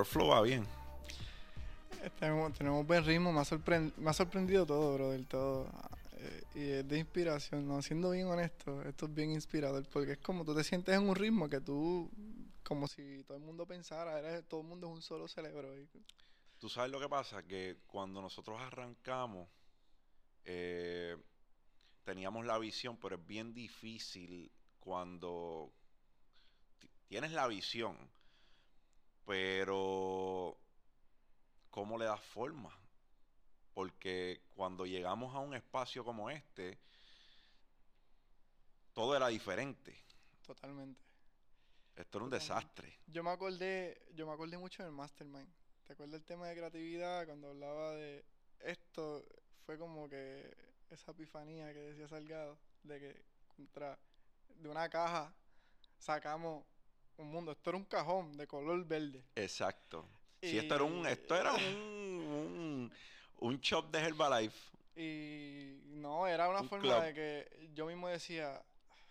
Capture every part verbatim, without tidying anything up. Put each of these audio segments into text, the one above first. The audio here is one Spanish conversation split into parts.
flow va bien. Tenemos, tenemos buen ritmo, me ha, sorprend- me ha sorprendido todo, bro, del todo. Eh, y es de inspiración, ¿no? Siendo bien honesto, esto es bien inspirador, porque es como tú te sientes en un ritmo que tú, como si todo el mundo pensara, eres, todo el mundo es un solo cerebro. Y, Tú sabes lo que pasa, que cuando nosotros arrancamos, eh, teníamos la visión, pero es bien difícil cuando ti- tienes la visión, pero ¿cómo le das forma? Porque cuando llegamos a un espacio como este, todo era diferente. totalmente, Esto era un totalmente. desastre. Yo me acordé, yo me acordé mucho del Mastermind. ¿Te acuerdas del tema de creatividad cuando hablaba de esto? Fue como que esa epifanía que decía Salgado, de que contra, de una caja sacamos un mundo. Esto era un cajón de color verde. Exacto. Si esto era un, Y, esto era un, un, un shop de Herbalife, y no, era una un forma club. de que yo mismo decía,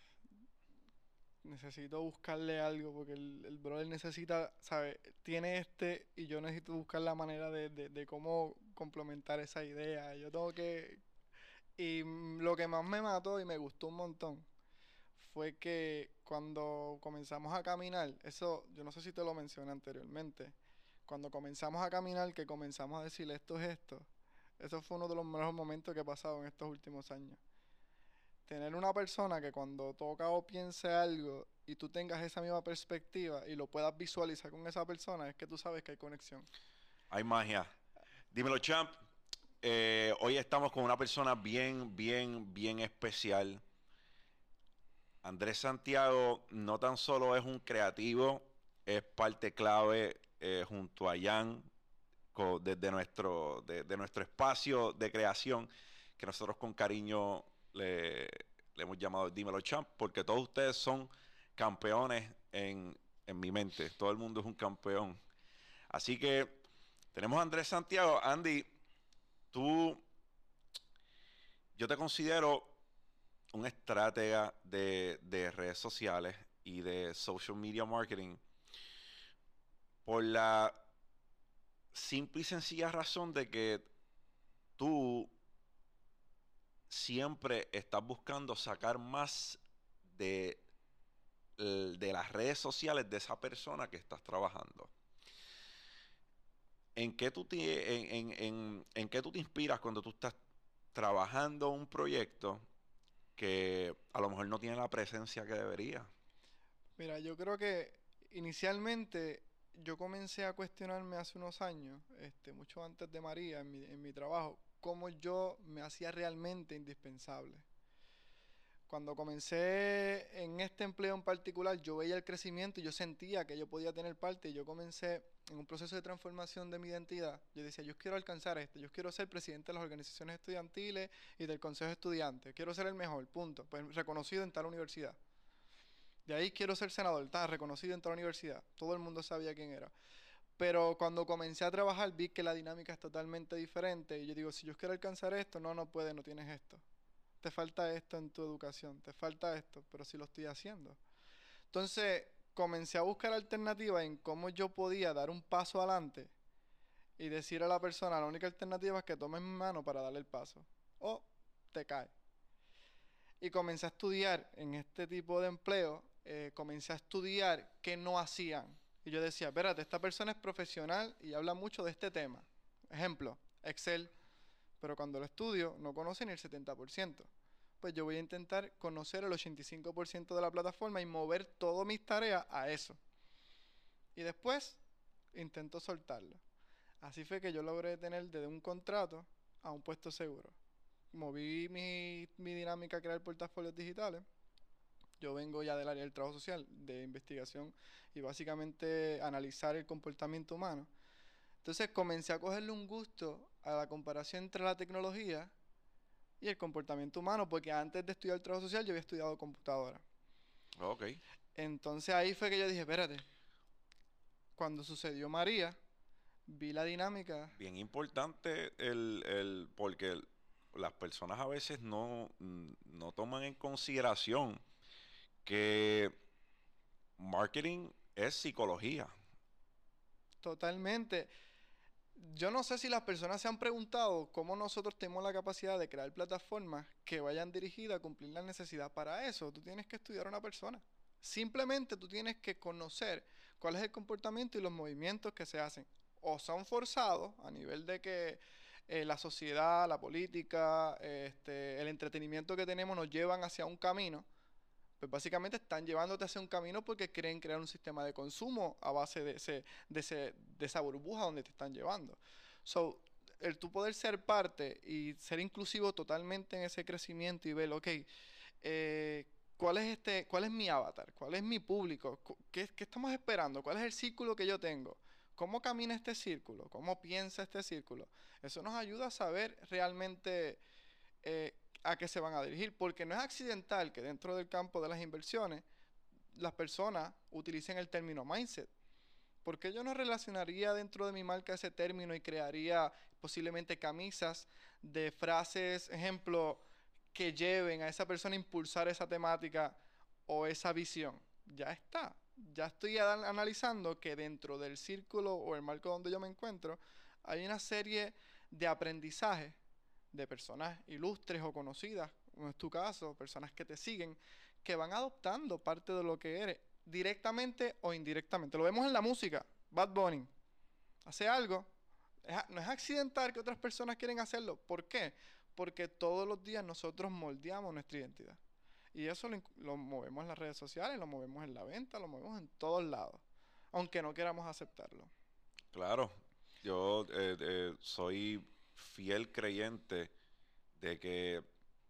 necesito buscarle algo porque el, el brother necesita, ¿sabes? Tiene este y yo necesito buscar la manera de, de, de cómo complementar esa idea. Yo tengo que... Y mm, lo que más me mató y me gustó un montón fue que cuando comenzamos a caminar, eso yo no sé si te lo mencioné anteriormente, cuando comenzamos a caminar, que comenzamos a decir esto es esto, eso fue uno de los mejores momentos que he pasado en estos últimos años. Tener una persona que cuando toca o piense algo y tú tengas esa misma perspectiva y lo puedas visualizar con esa persona, es que tú sabes que hay conexión. Hay magia. Dímelo, champ. Eh, hoy estamos con una persona bien, bien, bien especial. Andrés Santiago no tan solo es un creativo, es parte clave eh, junto a Jan co- desde nuestro, de, de nuestro espacio de creación que nosotros con cariño le, le hemos llamado Dímelo Champ, porque todos ustedes son campeones en, en mi mente. Todo el mundo es un campeón. Así que tenemos a Andrés Santiago. Andy, tú, yo te considero un estratega de, de redes sociales y de social media marketing por la simple y sencilla razón de que tú siempre estás buscando sacar más de, de las redes sociales de esa persona que estás trabajando. ¿En qué tú te, en, en, en, en qué tú te inspiras cuando tú estás trabajando un proyecto que a lo mejor no tiene la presencia que debería? Mira, yo creo que inicialmente yo comencé a cuestionarme hace unos años, este, mucho antes de María, en mi, en mi trabajo, cómo yo me hacía realmente indispensable. Cuando comencé en este empleo en particular, yo veía el crecimiento y yo sentía que yo podía tener parte y yo comencé en un proceso de transformación de mi identidad. Yo decía, yo quiero alcanzar esto, yo quiero ser presidente de las organizaciones estudiantiles y del consejo de estudiantes, quiero ser el mejor, punto, pues reconocido en tal universidad. De ahí quiero ser senador, está reconocido en tal universidad, todo el mundo sabía quién era. Pero cuando comencé a trabajar vi que la dinámica es totalmente diferente y yo digo, si yo quiero alcanzar esto, no, no puedes, no tienes esto. Te falta esto en tu educación, te falta esto, pero sí lo estoy haciendo. Entonces comencé a buscar alternativas en cómo yo podía dar un paso adelante y decir a la persona, la única alternativa es que tomes mi mano para darle el paso. O te cae. Y comencé a estudiar en este tipo de empleo, eh, comencé a estudiar qué no hacían. Y yo decía, espérate, esta persona es profesional y habla mucho de este tema. Ejemplo, Excel, pero cuando lo estudio no conoce ni el setenta por ciento. Pues yo voy a intentar conocer el ochenta y cinco por ciento de la plataforma y mover todas mis tareas a eso. Y después intento soltarlo. Así fue que yo logré tener desde un contrato a un puesto seguro. Moví mi, mi dinámica a crear portafolios digitales. Yo vengo ya del área del trabajo social, de investigación y básicamente analizar el comportamiento humano. Entonces comencé a cogerle un gusto a la comparación entre la tecnología y el comportamiento humano, porque antes de estudiar el trabajo social yo había estudiado computadora. Ok. Entonces ahí fue que yo dije, espérate, cuando sucedió María, vi la dinámica. Bien importante el, el porque el- las personas a veces no, mm, no toman en consideración que marketing es psicología. Totalmente. Yo no sé si las personas se han preguntado cómo nosotros tenemos la capacidad de crear plataformas que vayan dirigidas a cumplir la necesidad. Para eso, tú tienes que estudiar a una persona. Simplemente tú tienes que conocer cuál es el comportamiento y los movimientos que se hacen. O son forzados a nivel de que eh, la sociedad, la política, este, el entretenimiento que tenemos nos llevan hacia un camino. Pues básicamente están llevándote hacia un camino porque quieren crear un sistema de consumo a base de, ese, de, ese, de esa burbuja donde te están llevando. So, el tú poder ser parte y ser inclusivo totalmente en ese crecimiento y ver, ok, eh, ¿cuál es este, cuál es mi avatar? ¿Cuál es mi público? ¿Qué, qué estamos esperando? ¿Cuál es el círculo que yo tengo? ¿Cómo camina este círculo? ¿Cómo piensa este círculo? Eso nos ayuda a saber realmente eh, a qué se van a dirigir, porque no es accidental que dentro del campo de las inversiones las personas utilicen el término mindset. ¿Por qué yo no relacionaría dentro de mi marca ese término y crearía posiblemente camisas de frases, ejemplo, que lleven a esa persona a impulsar esa temática o esa visión? Ya está. Ya estoy analizando que dentro del círculo o el marco donde yo me encuentro hay una serie de aprendizajes de personas ilustres o conocidas, como es tu caso, personas que te siguen, que van adoptando parte de lo que eres, directamente o indirectamente. Lo vemos en la música. Bad Bunny hace algo, es, no es accidental que otras personas quieren hacerlo. ¿Por qué? Porque todos los días nosotros moldeamos nuestra identidad. Y eso lo, lo movemos en las redes sociales, lo movemos en la venta, lo movemos en todos lados, aunque no queramos aceptarlo. Claro, yo eh, eh, soy fiel creyente de que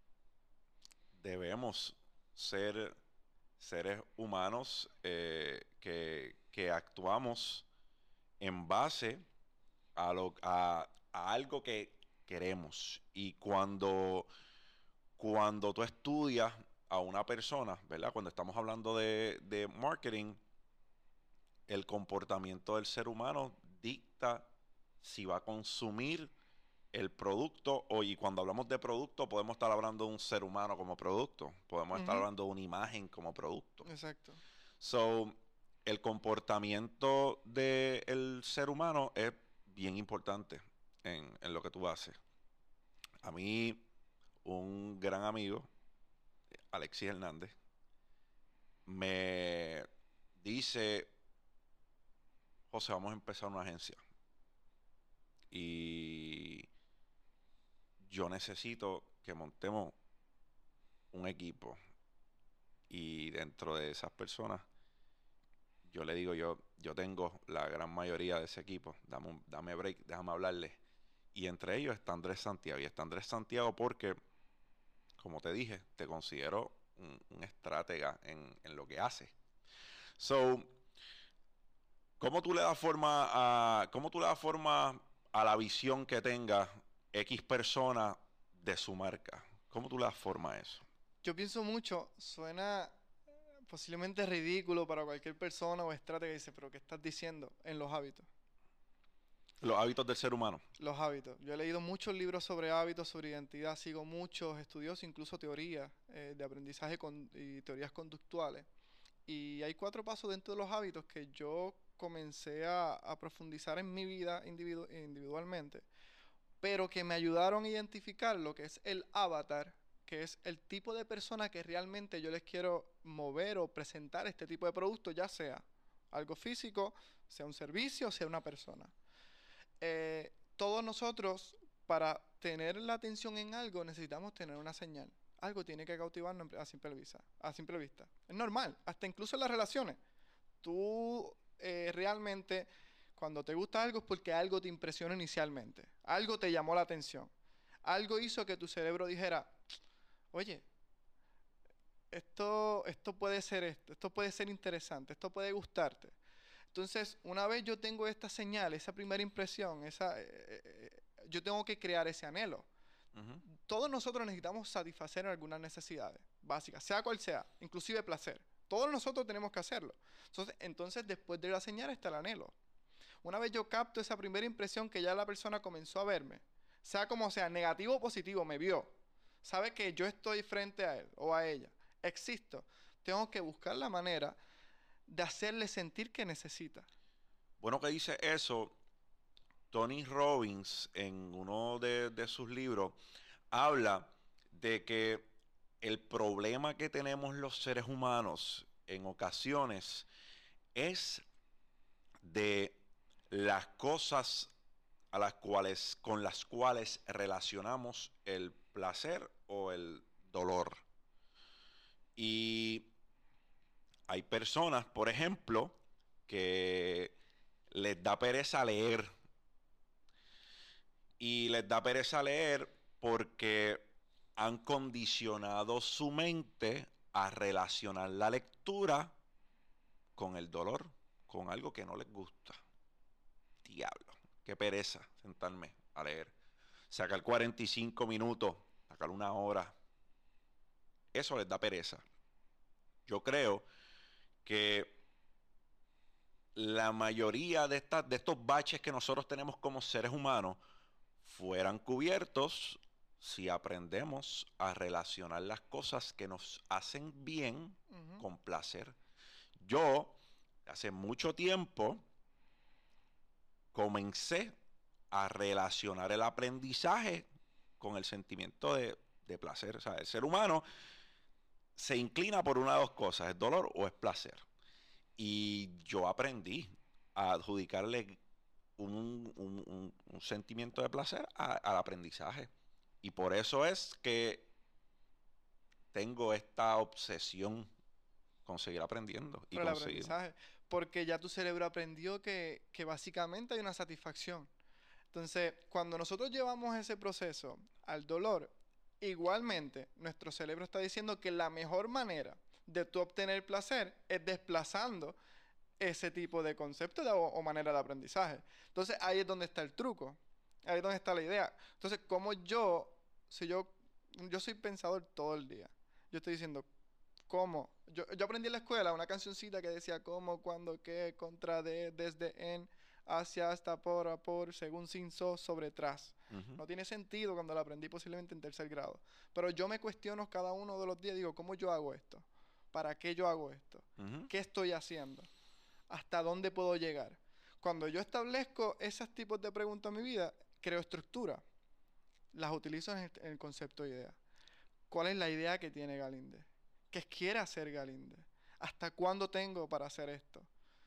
debemos ser seres humanos eh, que, que actuamos en base a, lo, a, a algo que queremos. Y cuando, cuando tú estudias a una persona, ¿verdad? Cuando estamos hablando de, de marketing, el comportamiento del ser humano dicta si va a consumir el producto, o y cuando hablamos de producto, podemos estar hablando de un ser humano como producto, podemos estar Ujú. hablando de una imagen como producto. Exacto. So, el comportamiento del ser humano es bien importante en, en lo que tú haces. A mí, un gran amigo, Alexis Hernández, me dice, José, vamos a empezar una agencia. Y yo necesito que montemos un equipo. Y dentro de esas personas, yo le digo, yo, yo tengo la gran mayoría de ese equipo. Dame, un- dame break, déjame hablarle. Y entre ellos está Andrés Santiago. Y está Andrés Santiago porque, como te dije, te considero un, un estratega en, en lo que haces. So, ¿cómo tú le das forma a, cómo tú le das forma a la visión que tenga X persona de su marca? ¿Cómo tú le das forma a eso? Yo pienso mucho, suena posiblemente ridículo para cualquier persona o estratega que dice, pero ¿qué estás diciendo? En los hábitos. Los hábitos del ser humano. Los hábitos. Yo he leído muchos libros sobre hábitos, sobre identidad, sigo muchos estudios, incluso teorías eh, de aprendizaje con- y teorías conductuales. Y hay cuatro pasos dentro de los hábitos que yo comencé a, a profundizar en mi vida individu- individualmente, pero que me ayudaron a identificar lo que es el avatar, que es el tipo de persona que realmente yo les quiero mover o presentar este tipo de producto, ya sea algo físico, sea un servicio, sea una persona. Eh, todos nosotros, para tener la atención en algo, necesitamos tener una señal. Algo tiene que cautivarnos a simple vista. A simple vista. Es normal, hasta incluso en las relaciones. Tú eh, realmente, cuando te gusta algo es porque algo te impresionó inicialmente. Algo te llamó la atención. Algo hizo que tu cerebro dijera, oye, esto, esto puede ser esto, esto puede ser interesante, esto puede gustarte. Entonces, una vez yo tengo esta señal, esa primera impresión, esa, eh, eh, eh, yo tengo que crear ese anhelo. Ujú. Todos nosotros necesitamos satisfacer algunas necesidades básicas, sea cual sea, inclusive placer. Todos nosotros tenemos que hacerlo. Entonces, entonces, después de la señal está el anhelo. Una vez yo capto esa primera impresión que ya la persona comenzó a verme, sea como sea, negativo o positivo, me vio, sabe que yo estoy frente a él o a ella, existo, tengo que buscar la manera de hacerle sentir que necesita. Bueno que dice eso, Tony Robbins en uno de, de sus libros habla de que el problema que tenemos los seres humanos en ocasiones es de las cosas a las cuales, con las cuales relacionamos el placer o el dolor. Y hay personas, por ejemplo, que les da pereza leer. Y les da pereza leer porque han condicionado su mente a relacionar la lectura con el dolor, con algo que no les gusta. Diablo, qué pereza sentarme a leer. Sacar cuarenta y cinco minutos, sacar una hora. Eso les da pereza. Yo creo que la mayoría de, estas, de estos baches que nosotros tenemos como seres humanos fueran cubiertos si aprendemos a relacionar las cosas que nos hacen bien Ujú. con placer. Yo, hace mucho tiempo, comencé a relacionar el aprendizaje con el sentimiento de, de placer. O sea, el ser humano se inclina por una de dos cosas, es dolor o es placer. Y yo aprendí a adjudicarle un, un, un, un sentimiento de placer a, al aprendizaje. Y por eso es que tengo esta obsesión con seguir aprendiendo y Por el conseguir. aprendizaje. Porque ya tu cerebro aprendió que, que básicamente hay una satisfacción. Entonces, cuando nosotros llevamos ese proceso al dolor, igualmente nuestro cerebro está diciendo que la mejor manera de tú obtener placer es desplazando ese tipo de concepto de- o, o manera de aprendizaje. Entonces, ahí es donde está el truco. Ahí es donde está la idea. Entonces, como yo, si yo, yo soy pensador todo el día. Yo estoy diciendo, ¿cómo? Yo, yo aprendí en la escuela una cancioncita que decía cómo, cuándo, qué, contra, de, desde, en, hacia, hasta, por, a, por, según, sin, so, sobre, tras. Uh -huh, No tiene sentido cuando la aprendí posiblemente en tercer grado. Pero yo me cuestiono cada uno de los días, digo, ¿cómo yo hago esto? ¿Para qué yo hago esto? uh -huh. ¿Qué estoy haciendo? ¿Hasta dónde puedo llegar? Cuando yo establezco esos tipos de preguntas en mi vida, creo estructura. Las utilizo en el, en el concepto de idea. ¿Cuál es la idea que tiene Galíndez? ¿Qué quiere hacer Galíndez? ¿Hasta cuándo tengo para hacer esto?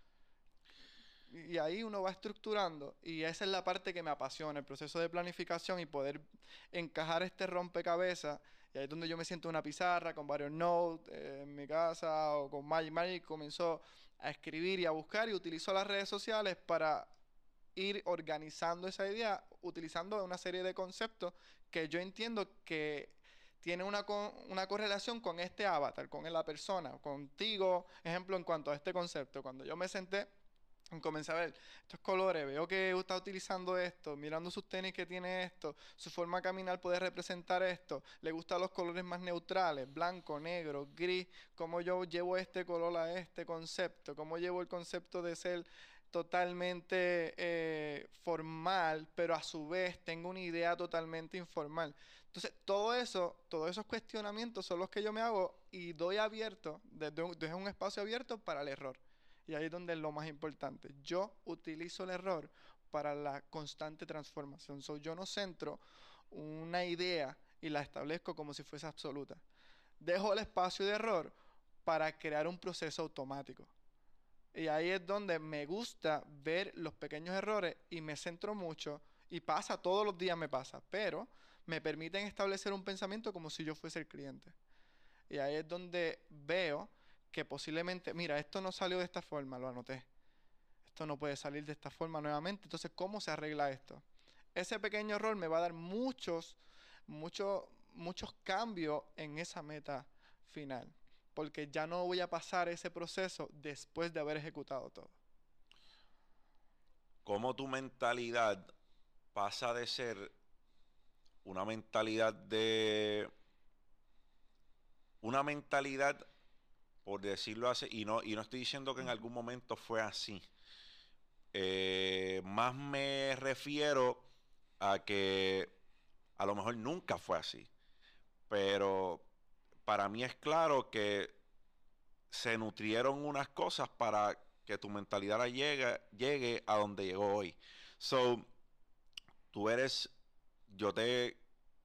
Y ahí uno va estructurando y esa es la parte que me apasiona, el proceso de planificación y poder encajar este rompecabezas. Y ahí es donde yo me siento en una pizarra con varios notes eh, en mi casa o con Magic. Magic comenzó a escribir y a buscar y utilizó las redes sociales para ir organizando esa idea, utilizando una serie de conceptos que yo entiendo que tiene una, co una correlación con este avatar, con la persona, contigo, ejemplo, en cuanto a este concepto. Cuando yo me senté, comencé a ver estos colores, veo que está utilizando esto, mirando sus tenis que tiene esto, su forma de caminar puede representar esto, le gustan los colores más neutrales, blanco, negro, gris, cómo yo llevo este color a este concepto, cómo llevo el concepto de ser totalmente eh, formal, pero a su vez tengo una idea totalmente informal. Entonces, todo eso, todos esos cuestionamientos son los que yo me hago y doy abierto, desde un, desde un espacio abierto para el error. Y ahí es donde es lo más importante. Yo utilizo el error para la constante transformación. So, yo no centro una idea y la establezco como si fuese absoluta. Dejo el espacio de error para crear un proceso automático. Y ahí es donde me gusta ver los pequeños errores y me centro mucho. Y pasa, todos los días me pasa, pero me permiten establecer un pensamiento como si yo fuese el cliente. Y ahí es donde veo que posiblemente, mira, esto no salió de esta forma, lo anoté. Esto no puede salir de esta forma nuevamente. Entonces, ¿cómo se arregla esto? Ese pequeño error me va a dar muchos, muchos, muchos cambios en esa meta final. Porque ya no voy a pasar ese proceso después de haber ejecutado todo. ¿Cómo tu mentalidad pasa de ser una mentalidad de... Una mentalidad, por decirlo así, y no, y no estoy diciendo que en Ujú. algún momento fue así. Eh, más me refiero a que a lo mejor nunca fue así. Pero para mí es claro que se nutrieron unas cosas para que tu mentalidad llegue, llegue a donde llegó hoy. So, tú eres, yo te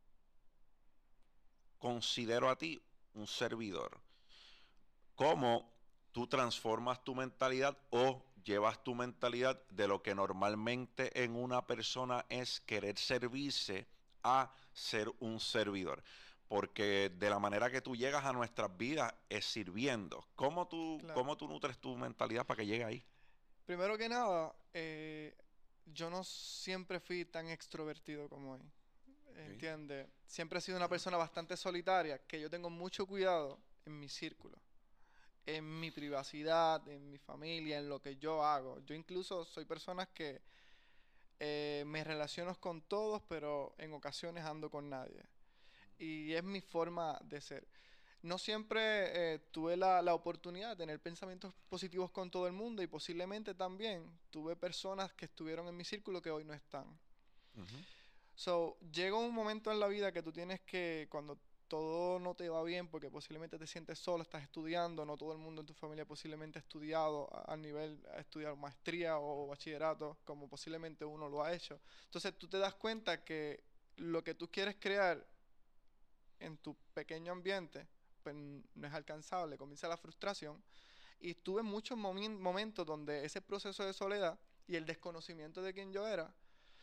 considero a ti un servidor. ¿Cómo tú transformas tu mentalidad o llevas tu mentalidad de lo que normalmente en una persona es querer servirse a ser un servidor? Porque de la manera que tú llegas a nuestras vidas es sirviendo. ¿Cómo tú, Claro. cómo tú nutres tu mentalidad para que llegue ahí? Primero que nada, eh, yo no siempre fui tan extrovertido como hoy. Okay. ¿Entiendes? Siempre he sido una persona bastante solitaria, que yo tengo mucho cuidado en mi círculo, en mi privacidad, en mi familia, en lo que yo hago. Yo incluso soy personas que eh, me relaciono con todos, pero en ocasiones ando con nadie. Y es mi forma de ser. No siempre eh, tuve la, la oportunidad de tener pensamientos positivos con todo el mundo y posiblemente también tuve personas que estuvieron en mi círculo que hoy no están. Ujú. So, llega un momento en la vida que tú tienes que, cuando todo no te va bien, porque posiblemente te sientes solo, estás estudiando, no todo el mundo en tu familia posiblemente ha estudiado a, a nivel, ha estudiado maestría o bachillerato, como posiblemente uno lo ha hecho. Entonces tú te das cuenta que lo que tú quieres crear en tu pequeño ambiente, pues no es alcanzable, comienza la frustración. Y tuve muchos momen- momentos donde ese proceso de soledad y el desconocimiento de quién yo era,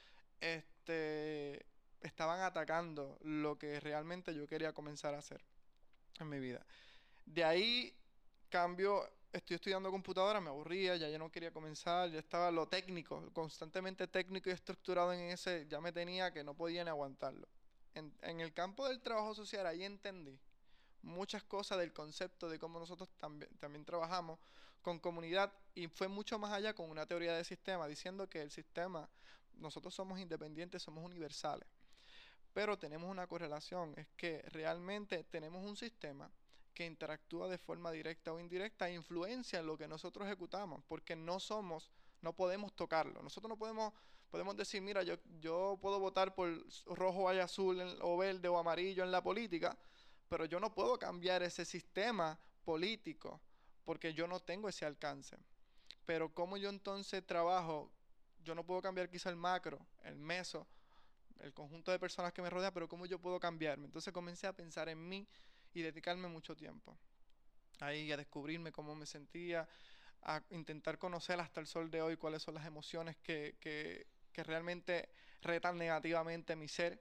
este, estaban atacando lo que realmente yo quería comenzar a hacer en mi vida. De ahí cambio, estoy estudiando computadora, me aburría, ya yo no quería comenzar, ya estaba lo técnico, constantemente técnico y estructurado en ese, ya me tenía que no podía ni aguantarlo. En, en el campo del trabajo social ahí entendí muchas cosas del concepto de cómo nosotros también, también trabajamos con comunidad y fue mucho más allá con una teoría de sistema, diciendo que el sistema, nosotros somos independientes, somos universales, pero tenemos una correlación, es que realmente tenemos un sistema que interactúa de forma directa o indirecta e influencia en lo que nosotros ejecutamos, porque no somos, no podemos tocarlo. Nosotros no podemos, podemos decir, mira, yo, yo puedo votar por rojo o azul en- o verde o amarillo en la política, pero yo no puedo cambiar ese sistema político porque yo no tengo ese alcance. Pero como yo entonces trabajo, yo no puedo cambiar quizá el macro, el meso, el conjunto de personas que me rodea, pero cómo yo puedo cambiarme. Entonces comencé a pensar en mí y dedicarme mucho tiempo. Ahí a descubrirme cómo me sentía, a intentar conocer hasta el sol de hoy cuáles son las emociones que, que, que realmente retan negativamente mi ser.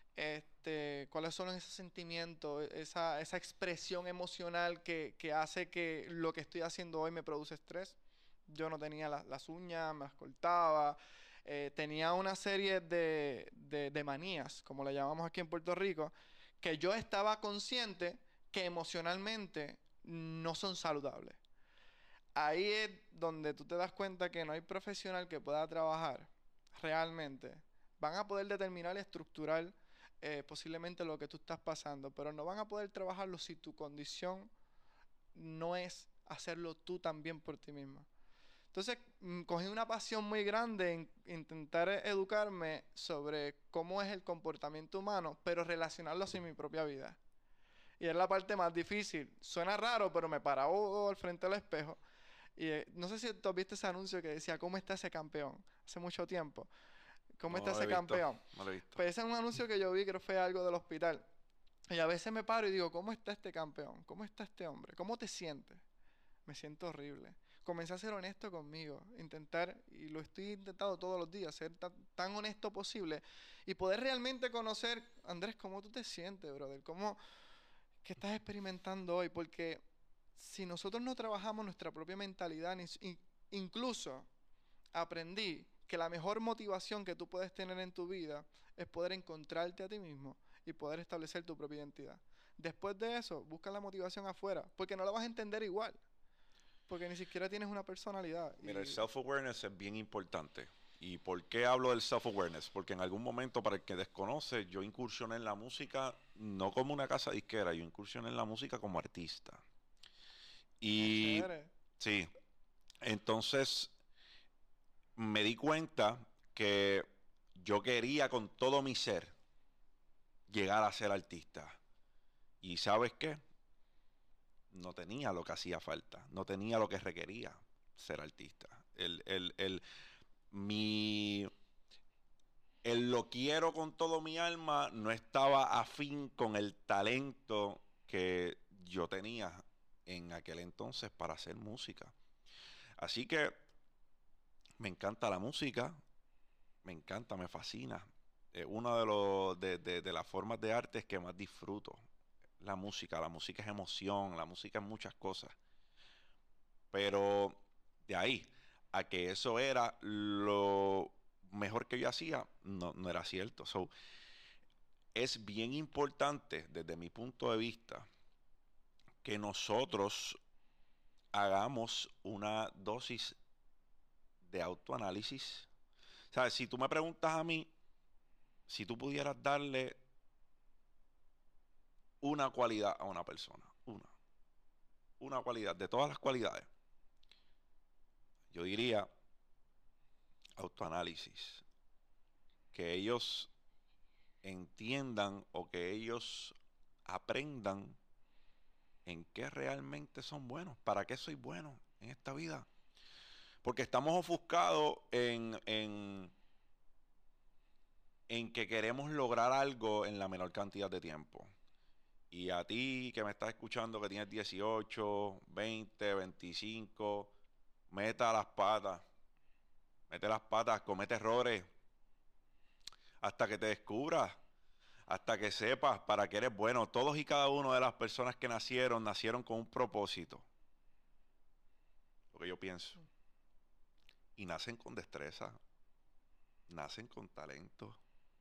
Este, cuáles son esos sentimientos, esa, esa expresión emocional que, que hace que lo que estoy haciendo hoy me produce estrés. Yo no tenía la- las uñas, me las cortaba, eh, tenía una serie de, de, de manías, como le llamamos aquí en Puerto Rico, que yo estaba consciente que emocionalmente no son saludables. Ahí es donde tú te das cuenta que no hay profesional que pueda trabajar realmente. Van a poder determinar y estructurar eh, posiblemente lo que tú estás pasando, pero no van a poder trabajarlo si tu condición no es hacerlo tú también por ti mismo. Entonces, mm, cogí una pasión muy grande en intentar educarme sobre cómo es el comportamiento humano, pero relacionarlo así en mi propia vida. Y es la parte más difícil. Suena raro, pero me paraba al frente del espejo. Y eh, no sé si tú has visto ese anuncio que decía, ¿cómo está ese campeón? Hace mucho tiempo. ¿Cómo está No lo he ese visto, campeón? no lo he visto. Pues ese es un anuncio que yo vi, creo que fue algo del hospital. Y a veces me paro y digo, ¿cómo está este campeón? ¿Cómo está este hombre? ¿Cómo te sientes? Me siento horrible. Comencé a ser honesto conmigo, intentar, y lo estoy intentando todos los días, ser tan, tan honesto posible y poder realmente conocer, Andrés, cómo tú te sientes, brother, cómo, qué estás experimentando hoy, porque si nosotros no trabajamos nuestra propia mentalidad, ni, in- incluso aprendí que la mejor motivación que tú puedes tener en tu vida es poder encontrarte a ti mismo y poder establecer tu propia identidad. Después de eso, busca la motivación afuera, porque no la vas a entender igual, porque ni siquiera tienes una personalidad. Mira, el Y self-awareness es bien importante. ¿Y por qué hablo del self-awareness? Porque en algún momento, para el que desconoce, yo incursioné en la música no como una casa disquera, yo incursioné en la música como artista. qué Y chévere. sí, entonces me di cuenta que yo quería con todo mi ser llegar a ser artista. ¿Y sabes qué? No tenía lo que hacía falta, no tenía lo que requería. ser artista. El, el, el, mi, el lo quiero con todo mi alma no estaba afín con el talento que yo tenía en aquel entonces para hacer música. Así que me encanta la música, me encanta, me fascina. Es una de, los, de, de, de las formas de arte que más disfruto. La música, la música es emoción, la música es muchas cosas. Pero de ahí a que eso era lo mejor que yo hacía, no, no era cierto. So, es bien importante desde mi punto de vista que nosotros hagamos una dosis de autoanálisis. O sea, si tú me preguntas a mí, si tú pudieras darle una cualidad a una persona, una, una cualidad, de todas las cualidades, yo diría autoanálisis. Que ellos entiendan o que ellos aprendan en qué realmente son buenos, para qué soy bueno en esta vida. Porque estamos ofuscados en, en, en que queremos lograr algo en la menor cantidad de tiempo. Y a ti que me estás escuchando que tienes dieciocho, veinte, veinticinco, meta las patas, mete las patas, comete errores hasta que te descubras, hasta que sepas para qué eres bueno. Todos y cada uno de las personas que nacieron, nacieron con un propósito. Lo que yo pienso. Y nacen con destreza, nacen con talento.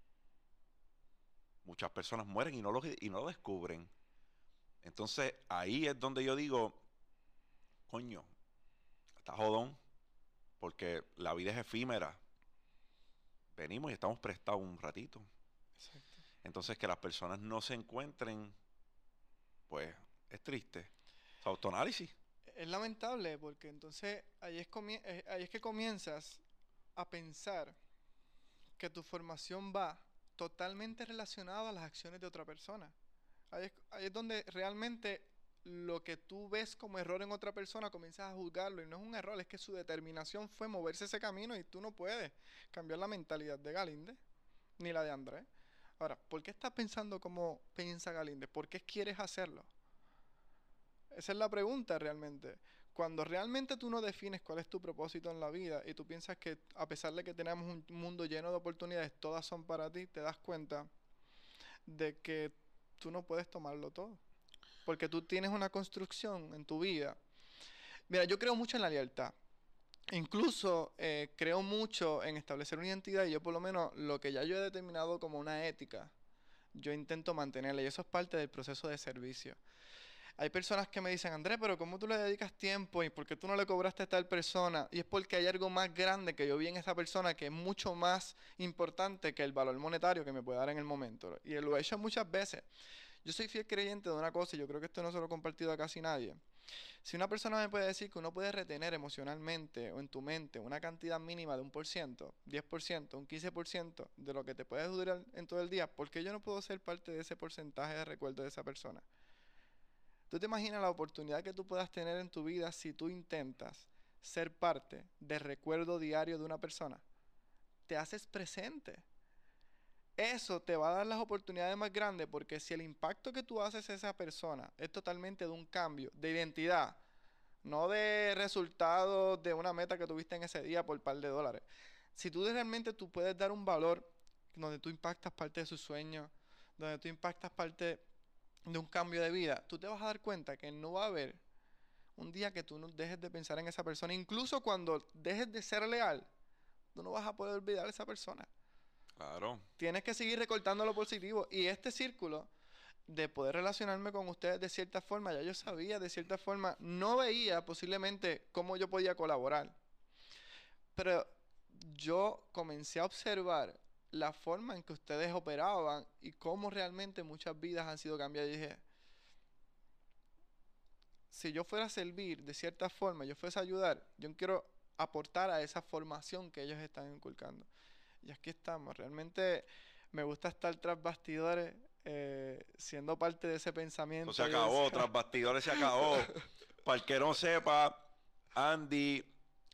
Muchas personas mueren y no lo, y no lo descubren. Entonces ahí es donde yo digo, coño, está jodón, porque la vida es efímera. Venimos y estamos prestados un ratito. Exacto. Entonces que las personas no se encuentren, pues es triste. O sea, autoanálisis. Es lamentable porque entonces ahí es, comie- eh, ahí es que comienzas a pensar que tu formación va totalmente relacionada a las acciones de otra persona. Ahí es, ahí es donde realmente lo que tú ves como error en otra persona comienzas a juzgarlo y no es un error, es que su determinación fue moverse ese camino y tú no puedes cambiar la mentalidad de Galíndez ni la de Andrés. Ahora, ¿por qué estás pensando como piensa Galíndez? ¿Por qué quieres hacerlo? Esa es la pregunta realmente. Cuando realmente tú no defines cuál es tu propósito en la vida y tú piensas que a pesar de que tenemos un mundo lleno de oportunidades, todas son para ti, te das cuenta de que tú no puedes tomarlo todo. Porque tú tienes una construcción en tu vida. Mira, yo creo mucho en la lealtad. Incluso eh, creo mucho en establecer una identidad y yo por lo menos lo que ya yo he determinado como una ética, yo intento mantenerla y eso es parte del proceso de servicio. Hay personas que me dicen, Andrés, pero ¿cómo tú le dedicas tiempo? ¿Y por qué tú no le cobraste a tal persona? Y es porque hay algo más grande que yo vi en esa persona que es mucho más importante que el valor monetario que me puede dar en el momento. Y lo he hecho muchas veces. Yo soy fiel creyente de una cosa y yo creo que esto no se lo he compartido a casi nadie. Si una persona me puede decir que uno puede retener emocionalmente o en tu mente una cantidad mínima de un por ciento, diez por ciento, un quince por ciento de lo que te puede durar en todo el día, ¿por qué yo no puedo ser parte de ese porcentaje de recuerdo de esa persona? ¿Tú te imaginas la oportunidad que tú puedas tener en tu vida si tú intentas ser parte del recuerdo diario de una persona? Te haces presente. Eso te va a dar las oportunidades más grandes porque si el impacto que tú haces a esa persona es totalmente de un cambio de identidad, no de resultados de una meta que tuviste en ese día por un par de dólares. Si tú realmente tú puedes dar un valor donde tú impactas parte de sus sueños, donde tú impactas parte de un cambio de vida, tú te vas a dar cuenta que no va a haber un día que tú no dejes de pensar en esa persona. Incluso cuando dejes de ser leal, tú no vas a poder olvidar a esa persona. Claro. Tienes que seguir recortando lo positivo. Y este círculo de poder relacionarme con ustedes de cierta forma, ya yo sabía de cierta forma, no veía posiblemente cómo yo podía colaborar. Pero yo comencé a observar la forma en que ustedes operaban y cómo realmente muchas vidas han sido cambiadas. Y dije, si yo fuera a servir de cierta forma, yo fuese a ayudar, yo quiero aportar a esa formación que ellos están inculcando. Y aquí estamos. Realmente me gusta estar tras bastidores, eh, siendo parte de ese Eso pensamiento. se Y de acabó, esa- tras bastidores se acabó. Para el que no sepa, Andy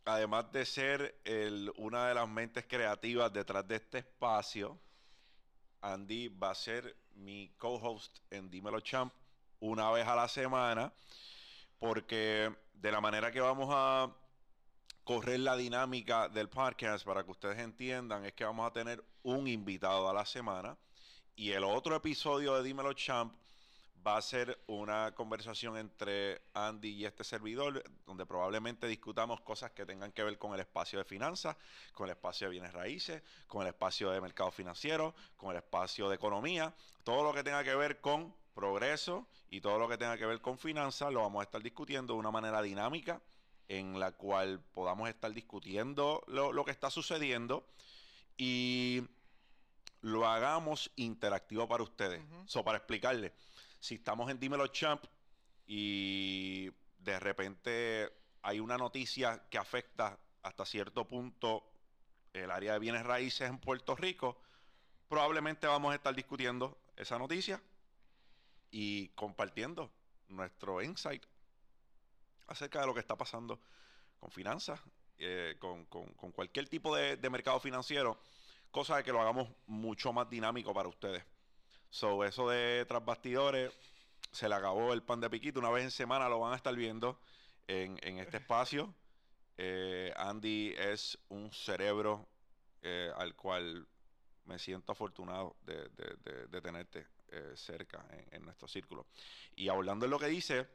además de ser el, una de las mentes creativas detrás de este espacio, Andy va a ser mi co-host en Dímelo Champ una vez a la semana, porque de la manera que vamos a correr la dinámica del podcast, para que ustedes entiendan, es que vamos a tener un invitado a la semana y el otro episodio de Dímelo Champ va a ser una conversación entre Andy y este servidor, donde probablemente discutamos cosas que tengan que ver con el espacio de finanzas, con el espacio de bienes raíces, con el espacio de mercado financiero, con el espacio de economía, todo lo que tenga que ver con progreso y todo lo que tenga que ver con finanzas, lo vamos a estar discutiendo de una manera dinámica, en la cual podamos estar discutiendo lo, lo que está sucediendo y lo hagamos interactivo para ustedes. Ujú. So, para explicarles, si estamos en Dímelo Champ y de repente hay una noticia que afecta hasta cierto punto el área de bienes raíces en Puerto Rico, probablemente vamos a estar discutiendo esa noticia y compartiendo nuestro insight acerca de lo que está pasando con finanzas, eh, con, con- con cualquier tipo de, de mercado financiero, cosa de que lo hagamos mucho más dinámico para ustedes. So, eso de tras bastidores, se le acabó el pan de piquito. Una vez en semana lo van a estar viendo en, en este espacio. Eh, Andy es un cerebro eh, al cual me siento afortunado de, de- de- de tenerte eh, cerca en, en nuestro círculo. Y hablando de lo que dice,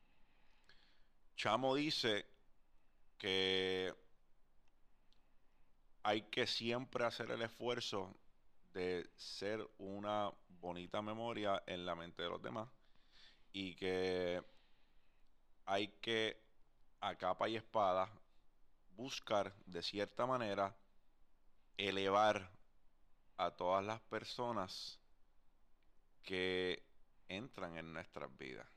Chamo dice que hay que siempre hacer el esfuerzo de ser una bonita memoria en la mente de los demás y que hay que a capa y espada buscar de cierta manera elevar a todas las personas que entran en nuestras vidas.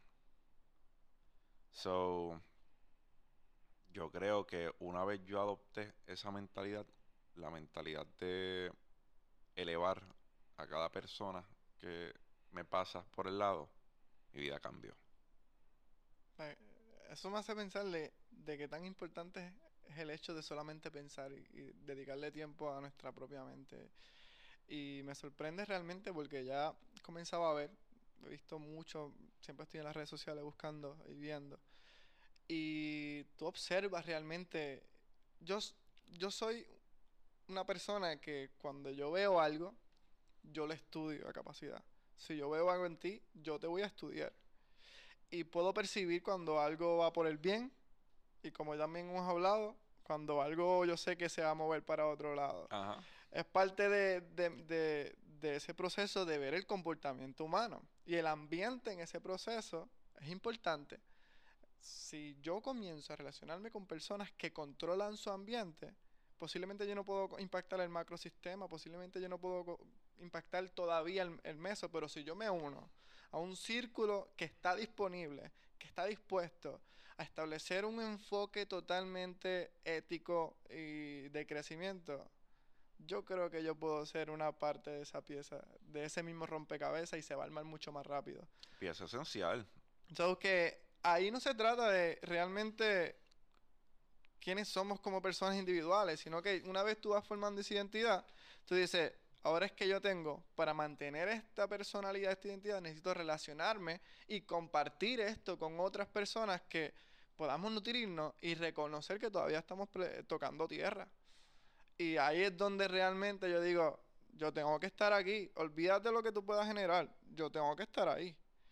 So, yo creo que una vez yo adopté esa mentalidad, la mentalidad de elevar a cada persona que me pasa por el lado, mi vida cambió. Eh, Eso me hace pensar de, de qué tan importante es el hecho de solamente pensar y, y dedicarle tiempo a nuestra propia mente. Y me sorprende realmente porque ya comenzaba a ver, he visto mucho, siempre estoy en las redes sociales buscando y viendo. Y tú observas realmente, yo, s- yo soy una persona que cuando yo veo algo, yo lo estudio a capacidad. Si yo veo algo en ti, yo te voy a estudiar. Y puedo percibir cuando algo va por el bien y como también hemos hablado, cuando algo yo sé que se va a mover para otro lado. Ajá. Es parte de, de- de- de ese proceso de ver el comportamiento humano. Y el ambiente en ese proceso es importante. Si yo comienzo a relacionarme con personas que controlan su ambiente, posiblemente yo no puedo co- impactar el macrosistema, posiblemente yo no puedo co- impactar todavía el, el meso, pero si yo me uno a un círculo que está disponible, que está dispuesto a establecer un enfoque totalmente ético y de crecimiento, yo creo que yo puedo ser una parte de esa pieza, de ese mismo rompecabezas y se va a armar mucho más rápido. Pieza esencial. So que ahí no se trata de realmente quiénes somos como personas individuales, sino que una vez tú vas formando esa identidad, tú dices, ahora es que yo tengo, para mantener esta personalidad, esta identidad, necesito relacionarme y compartir esto con otras personas que podamos nutrirnos y reconocer que todavía estamos ple- tocando tierra. Y ahí es donde realmente yo digo, yo tengo que estar aquí, olvídate de lo que tú puedas generar, yo tengo que estar ahí.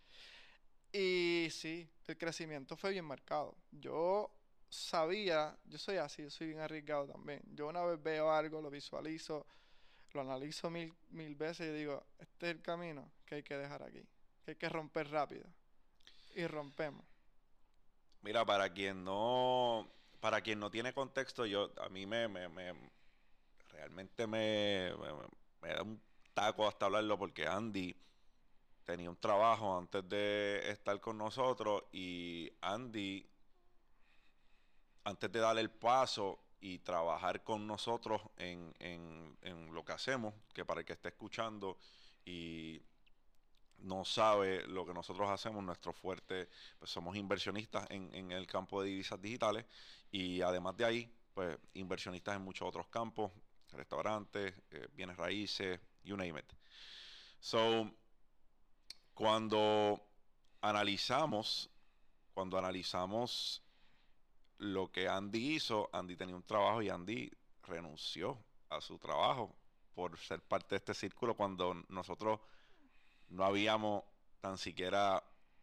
Y sí, el crecimiento fue bien marcado. Yo sabía, yo soy así, yo soy bien arriesgado también. Yo una vez veo algo, lo visualizo, lo analizo mil, mil veces y digo, este es el camino que hay que dejar aquí, que hay que romper rápido. Y rompemos. Mira, para quien no, para quien no tiene contexto, yo a mí me, me, me- realmente me, me, me da un taco hasta hablarlo porque Andy tenía un trabajo antes de estar con nosotros y Andy, antes de darle el paso y trabajar con nosotros en, en, en lo que hacemos, que para el que esté escuchando y no sabe lo que nosotros hacemos, nuestro fuerte, pues somos inversionistas en, en el campo de divisas digitales y además de ahí pues, inversionistas en muchos otros campos, restaurantes, eh, bienes raíces, you name it. So, cuando analizamos, cuando analizamos lo que Andy hizo, Andy tenía un trabajo y Andy renunció a su trabajo por ser parte de este círculo cuando nosotros no habíamos tan siquiera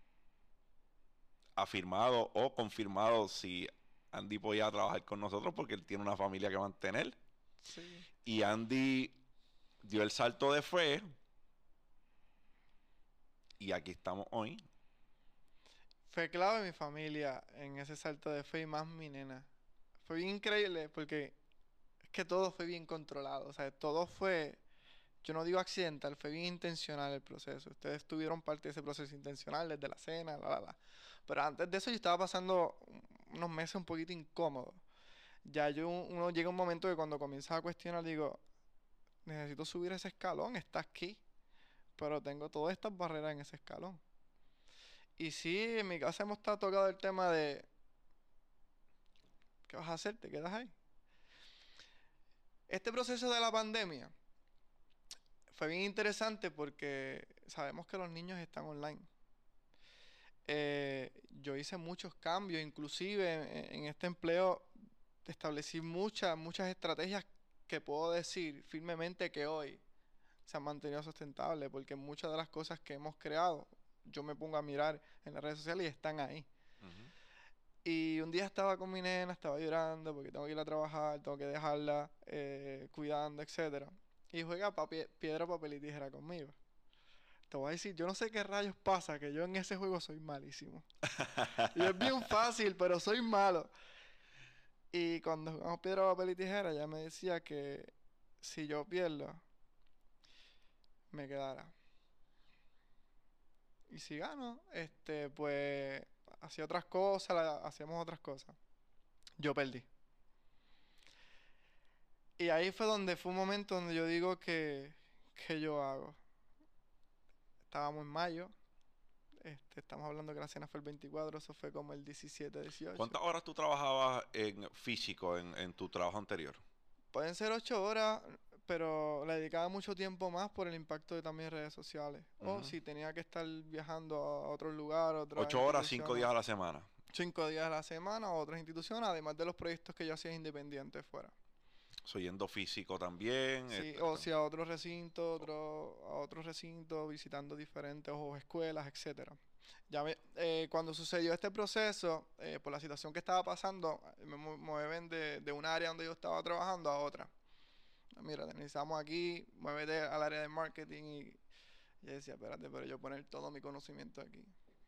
afirmado o confirmado si Andy podía trabajar con nosotros porque él tiene una familia que mantener. Sí. Y Andy dio el salto de fe y aquí estamos hoy. Fue clave mi familia en ese salto de fe y más mi nena. Fue bien increíble porque es que todo fue bien controlado. O sea, todo fue, yo no digo accidental, fue bien intencional el proceso. Ustedes tuvieron parte de ese proceso intencional desde la cena, la, la, la. Pero antes de eso yo estaba pasando unos meses un poquito incómodos. Ya yo, uno llega un momento que cuando comienzas a cuestionar, digo, necesito subir ese escalón, está aquí, pero tengo todas estas barreras en ese escalón. Y sí, en mi casa hemos estado tocando el tema de, ¿qué vas a hacer? ¿Te quedas ahí? Este proceso de la pandemia fue bien interesante porque sabemos que los niños están online. Eh, yo hice muchos cambios, inclusive en, en este empleo establecí muchas, muchas estrategias que puedo decir firmemente que hoy se han mantenido sustentables, porque muchas de las cosas que hemos creado, yo me pongo a mirar en las redes sociales y están ahí. Uh-huh. Y un día estaba con mi nena, estaba llorando porque tengo que ir a trabajar, tengo que dejarla eh, cuidando, etcétera. Y juega papi- piedra, papel y tijera conmigo. Te voy a decir, yo no sé qué rayos pasa, que yo en ese juego soy malísimo. Y es bien fácil, pero soy malo. Y cuando jugamos piedra, papel y tijera, ella me decía que si yo pierdo, me quedara. Y si gano, este, pues hacía otras cosas, la- hacíamos otras cosas. Yo perdí. Y ahí fue donde fue un momento donde yo digo que, que yo hago. Estábamos en mayo, este, estamos hablando que la cena fue el veinticuatro, eso fue como el diecisiete, dieciocho. ¿Cuántas horas tú trabajabas en físico en, en tu trabajo anterior? Pueden ser ocho horas, pero le dedicaba mucho tiempo más por el impacto de también redes sociales. O Uh-huh. si tenía que estar viajando a otro lugar, a otras Ocho horas, cinco días instituciones, a la semana. cinco días a la semana, a otras instituciones, además de los proyectos que yo hacía independientes fuera. Soy yendo físico también. Sí, Este, o si a otro recinto, otro, a otro recinto, visitando diferentes o escuelas, etcétera. Ya me- eh, cuando sucedió este proceso, eh, por la situación que estaba pasando, me mu- mueven de, de un área donde yo estaba trabajando a otra. Mira, te necesitamos aquí, muévete al área de marketing y, y yo decía, espérate, pero yo poner todo mi conocimiento aquí,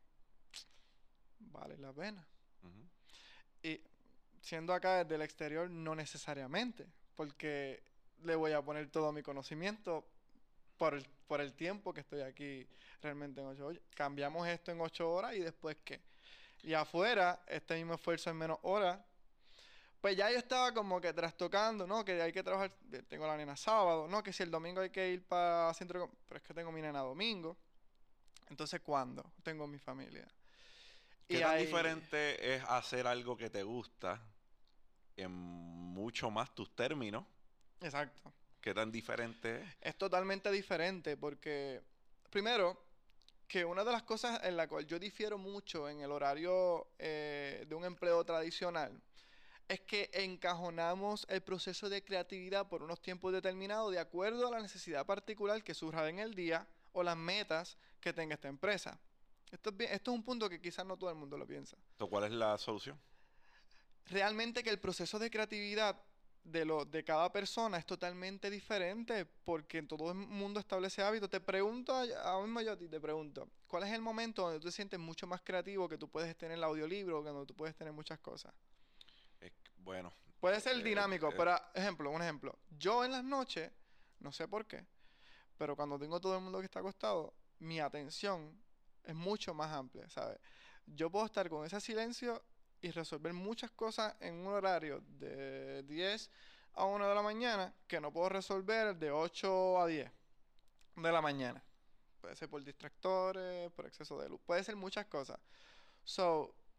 vale la pena. uh-huh. Y siendo acá desde el exterior, no necesariamente, porque le voy a poner todo mi conocimiento por el, por el tiempo que estoy aquí realmente en ocho horas. Cambiamos esto en ocho horas y después qué. Y afuera, este mismo esfuerzo en menos horas. Pues ya yo estaba como que trastocando, ¿no? Que hay que trabajar, eh, tengo la nena sábado, ¿no? Que si el domingo hay que ir para centro, de com- pero es que tengo mi nena domingo. Entonces, ¿cuándo? Tengo mi familia. ¿Qué Y tan hay, diferente es hacer algo que te gusta en mucho más tus términos? exacto. ¿Qué tan diferente es? Es totalmente diferente porque, primero, que una de las cosas en la cual yo difiero mucho en el horario eh, de un empleo tradicional es que encajonamos el proceso de creatividad por unos tiempos determinados de acuerdo a la necesidad particular que surja en el día o las metas que tenga esta empresa. Esto es, bien- esto es un punto que quizás no todo el mundo lo piensa. So, ¿cuál es la solución? Realmente que el proceso de creatividad de, lo, de cada persona es totalmente diferente porque todo el mundo establece hábitos. Te pregunto, a- ahora mismo yo a ti te pregunto, ¿cuál es el momento donde tú te sientes mucho más creativo que tú puedes tener el audiolibro, que donde tú puedes tener muchas cosas? Es que, bueno, Puede ser eh, dinámico, eh, pero ejemplo, un ejemplo. Yo en las noches, no sé por qué, pero cuando tengo todo el mundo que está acostado, mi atención es mucho más amplia, ¿sabes? Yo puedo estar con ese silencio y resolver muchas cosas en un horario de diez a una de la mañana que no puedo resolver de ocho a diez de la mañana. Puede ser por distractores, por exceso de luz, puede ser muchas cosas. So,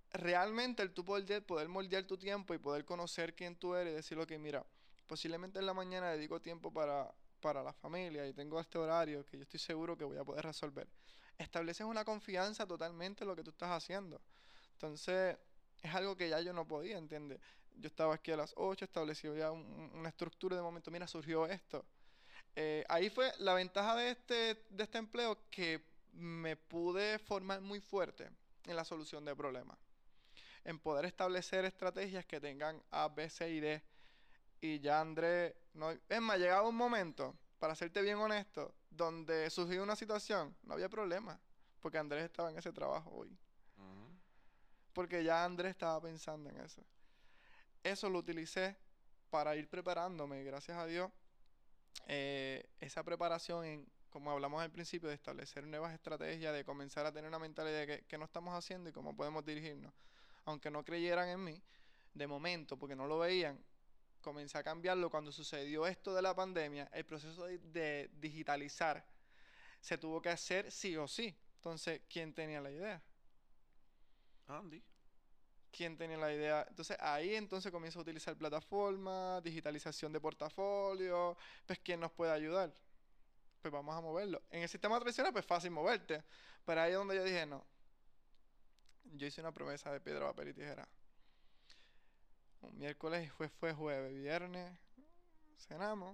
realmente el tú poder, poder moldear tu tiempo y poder conocer quién tú eres y decir, ok, mira, posiblemente en la mañana dedico tiempo para, para la familia y tengo este horario que yo estoy seguro que voy a poder resolver. Estableces una confianza totalmente en lo que tú estás haciendo. Entonces, es algo que ya yo no podía, ¿entiendes? Yo estaba aquí a las ocho, establecí ya un- una estructura de momento, mira, surgió esto. Eh, ahí fue la ventaja de este, de este empleo que me pude formar muy fuerte en la solución de problemas, en poder establecer estrategias que tengan A, B, C y D. Y ya Andrés, no, es más, llegaba un momento, para serte bien honesto, donde surgió una situación, no había problema, porque Andrés estaba en ese trabajo hoy, Ujú. porque ya Andrés estaba pensando en eso. Eso lo utilicé para ir preparándome, y gracias a Dios, eh, esa preparación en, como hablamos al principio, de establecer nuevas estrategias, de comenzar a tener una mentalidad de qué, qué no estamos haciendo y cómo podemos dirigirnos. Aunque no creyeran en mí, de momento, porque no lo veían, comencé a cambiarlo cuando sucedió esto de la pandemia. El proceso de, de digitalizar se tuvo que hacer sí o sí. Entonces, ¿quién tenía la idea? Andy. ¿Quién tenía la idea? Entonces ahí entonces comienzo a utilizar plataformas, digitalización de portafolio, pues ¿quién nos puede ayudar? Pues vamos a moverlo. En el sistema tradicional pues fácil moverte, pero ahí es donde yo dije no. Yo hice una promesa de piedra, papel y tijera. Un miércoles fue, fue jueves, viernes cenamos,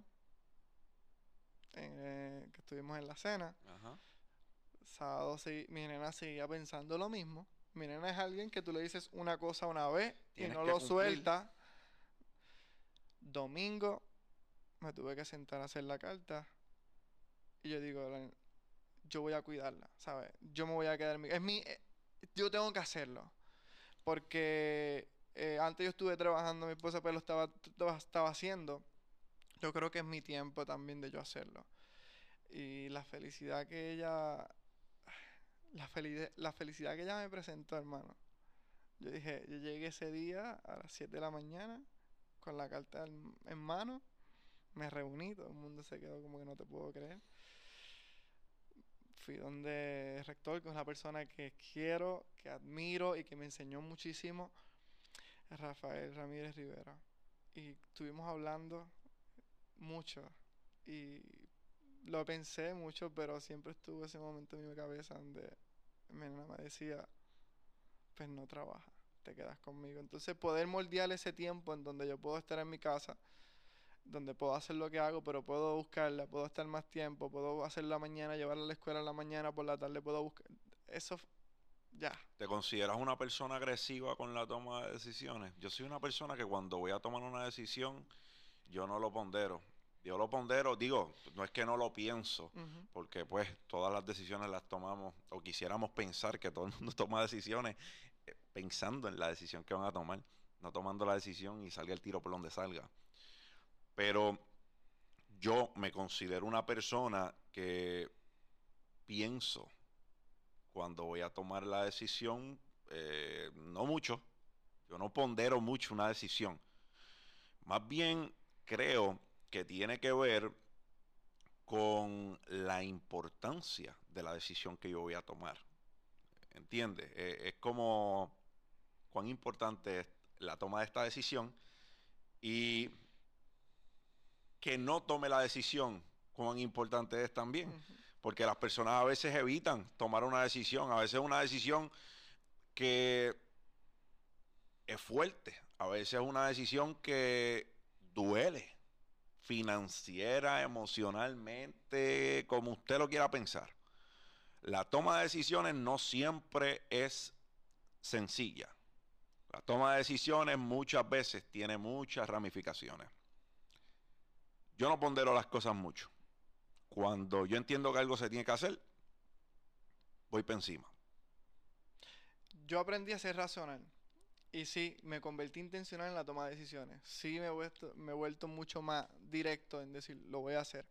eh, que estuvimos en la cena. Ajá. Sábado sí, mi nena seguía pensando lo mismo. Mi nena es alguien que tú le dices una cosa una vez y Tienes no que lo cumplir. suelta. Domingo me tuve que sentar a hacer la carta y yo digo, "La- yo voy a cuidarla, ¿sabes? Yo me voy a quedar en mi... Es mi... eh, Yo tengo que hacerlo. Porque eh, antes yo estuve trabajando, mi esposa pues lo estaba, estaba, estaba haciendo. Yo creo que es mi tiempo también de yo hacerlo. Y la felicidad que ella... La, felici- la felicidad que ella me presentó, hermano. Yo dije, yo llegué ese día a las siete de la mañana con la carta en, en mano. Me reuní, todo el mundo se quedó como que no te puedo creer. Fui donde el rector, que es una persona que quiero, que admiro y que me enseñó muchísimo, Rafael Ramírez Rivera. Y estuvimos hablando mucho y lo pensé mucho, pero siempre estuvo ese momento en mi cabeza donde mi nena me decía, pues no trabaja, te quedas conmigo. Entonces poder moldear ese tiempo en donde yo puedo estar en mi casa, donde puedo hacer lo que hago, pero puedo buscarla, puedo estar más tiempo, puedo hacer la mañana, llevarla a la escuela en la mañana, por la tarde puedo buscar. Eso, ya. ¿Te consideras una persona agresiva con la toma de decisiones? Yo soy una persona que cuando voy a tomar una decisión, yo no lo pondero. Yo lo pondero, digo, no es que no lo pienso, Ujú. porque pues todas las decisiones las tomamos, o quisiéramos pensar que todo el mundo toma decisiones eh, pensando en la decisión que van a tomar, no tomando la decisión y salga el tiro por donde salga. Pero yo me considero una persona que pienso cuando voy a tomar la decisión, eh, no mucho, yo no pondero mucho una decisión. Más bien creo que tiene que ver con la importancia de la decisión que yo voy a tomar. ¿Entiendes? Eh, es como cuán importante es la toma de esta decisión y que no tome la decisión, cuán importante es también. Ujú. Porque las personas a veces evitan tomar una decisión, a veces una decisión que es fuerte, a veces es una decisión que duele financiera, emocionalmente, como usted lo quiera pensar. La toma de decisiones no siempre es sencilla. La toma de decisiones muchas veces tiene muchas ramificaciones. Yo no pondero las cosas mucho. Cuando yo entiendo que algo se tiene que hacer, voy para encima. Yo aprendí a ser racional. Y sí, me convertí intencional en la toma de decisiones. Sí, me he vuelto, me he vuelto mucho más directo en decir, lo voy a hacer.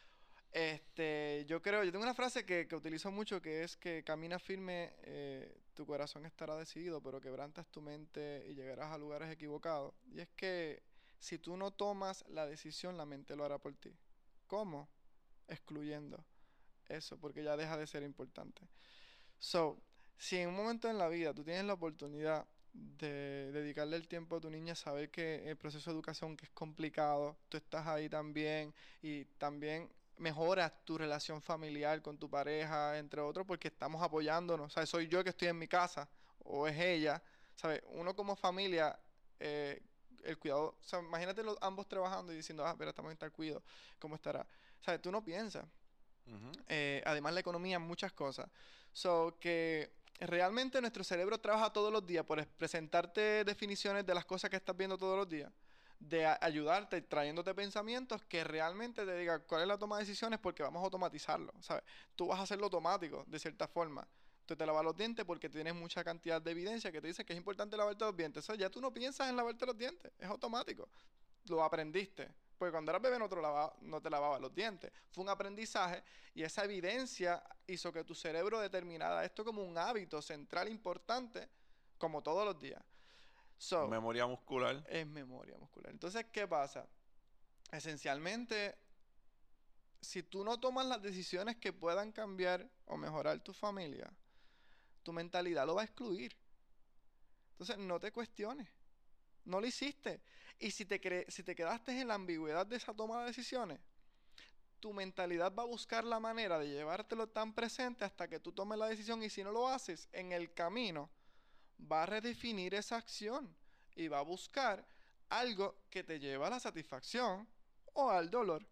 Este, yo creo, yo tengo una frase que, que utilizo mucho que es que camina firme, eh, tu corazón estará decidido, pero quebrantas tu mente y llegarás a lugares equivocados. Y es que si tú no tomas la decisión, la mente lo hará por ti. ¿Cómo? Excluyendo eso, porque ya deja de ser importante. So, si en un momento en la vida tú tienes la oportunidad de dedicarle el tiempo a tu niña, saber que el proceso de educación que es complicado, tú estás ahí también y también mejoras tu relación familiar con tu pareja, entre otros, porque estamos apoyándonos. O sea, soy yo que estoy en mi casa o es ella. ¿Sabes? Uno como familia, eh, el cuidado, o sea, imagínate los ambos trabajando y diciendo, ah, pero estamos en tal cuido, ¿cómo estará? ¿Sabes? Tú no piensas. Ujú. Eh, además la economía, muchas cosas. So que realmente nuestro cerebro trabaja todos los días por es- presentarte definiciones de las cosas que estás viendo todos los días, de a- ayudarte, trayéndote pensamientos que realmente te digan cuál es la toma de decisiones porque vamos a automatizarlo, ¿sabes? Tú vas a hacerlo automático, de cierta forma. Tú te lavas los dientes porque tienes mucha cantidad de evidencia que te dice que es importante lavarte los dientes. Eso ya tú no piensas en lavarte los dientes, es automático, lo aprendiste. Porque cuando eras bebé no te, lavaba, no te lavabas los dientes. Fue un aprendizaje y esa evidencia hizo que tu cerebro determinara esto como un hábito central importante, como todos los días. So, Memoria muscular. es memoria muscular. Entonces, ¿qué pasa? Esencialmente, si tú no tomas las decisiones que puedan cambiar o mejorar tu familia, tu mentalidad lo va a excluir. Entonces, no te cuestiones. No lo hiciste. Y si te, cre si te quedaste en la ambigüedad de esa toma de decisiones, tu mentalidad va a buscar la manera de llevártelo tan presente hasta que tú tomes la decisión y si no lo haces en el camino, va a redefinir esa acción y va a buscar algo que te lleve a la satisfacción o al dolor.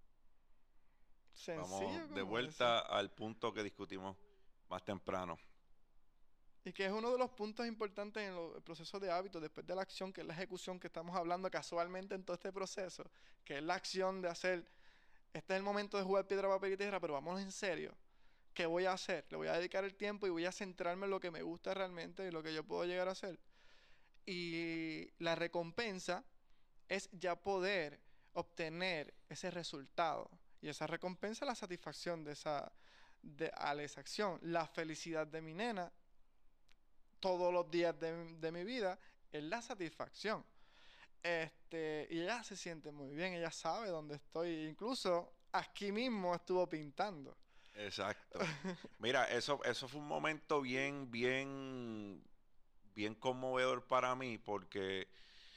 Vamos Sencillo de como eso. vuelta al punto que discutimos más temprano. Y que es uno de los puntos importantes en lo- el proceso de hábito, después de la acción, que es la ejecución que estamos hablando casualmente en todo este proceso, que es la acción de hacer, este es el momento de jugar piedra, papel y tierra, pero vámonos en serio. ¿Qué voy a hacer? Le voy a dedicar el tiempo y voy a centrarme en lo que me gusta realmente y lo que yo puedo llegar a hacer. Y la recompensa es ya poder obtener ese resultado. Y esa recompensa es la satisfacción de esa, de, a esa acción. La felicidad de mi nena todos los días de, de mi vida es la satisfacción. Este, y ella se siente muy bien, ella sabe dónde estoy. Incluso aquí mismo estuvo pintando. Exacto. Mira, eso, eso fue un momento bien, bien, bien conmovedor para mí, porque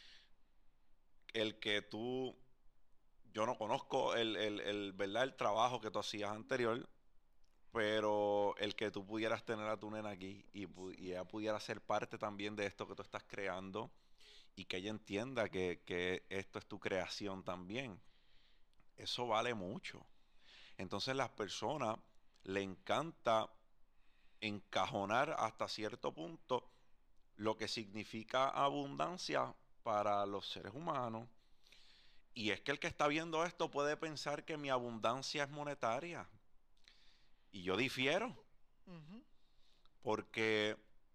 el que tú, yo no conozco el, el, el, ¿verdad? El trabajo que tú hacías anterior, pero el que tú pudieras tener a tu nena aquí y, pu- y ella pudiera ser parte también de esto que tú estás creando y que ella entienda que, que esto es tu creación también, eso vale mucho. Entonces las personas le encanta encajonar hasta cierto punto lo que significa abundancia para los seres humanos. Y es que el que está viendo esto puede pensar que mi abundancia es monetaria. Y yo difiero, Ujú. porque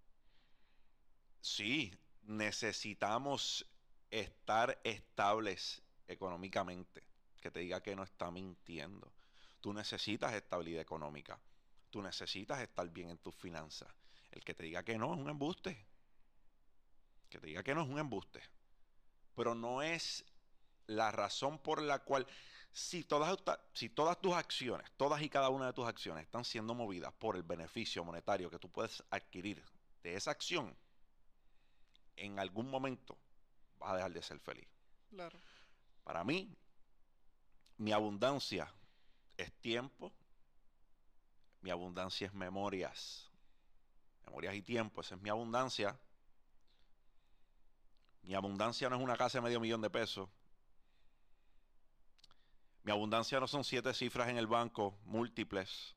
sí, necesitamos estar estables económicamente. Que te diga que no está mintiendo. Tú necesitas estabilidad económica. Tú necesitas estar bien en tus finanzas. El que te diga que no es un embuste. Que te diga que no es un embuste. Pero no es la razón por la cual, si todas, si todas tus acciones, todas y cada una de tus acciones están siendo movidas por el beneficio monetario que tú puedes adquirir de esa acción, en algún momento vas a dejar de ser feliz. Claro. Para mí, mi abundancia es tiempo, mi abundancia es memorias. Memorias y tiempo, esa es mi abundancia. Mi abundancia no es una casa de medio millón de pesos. Mi abundancia no son siete cifras en el banco, múltiples.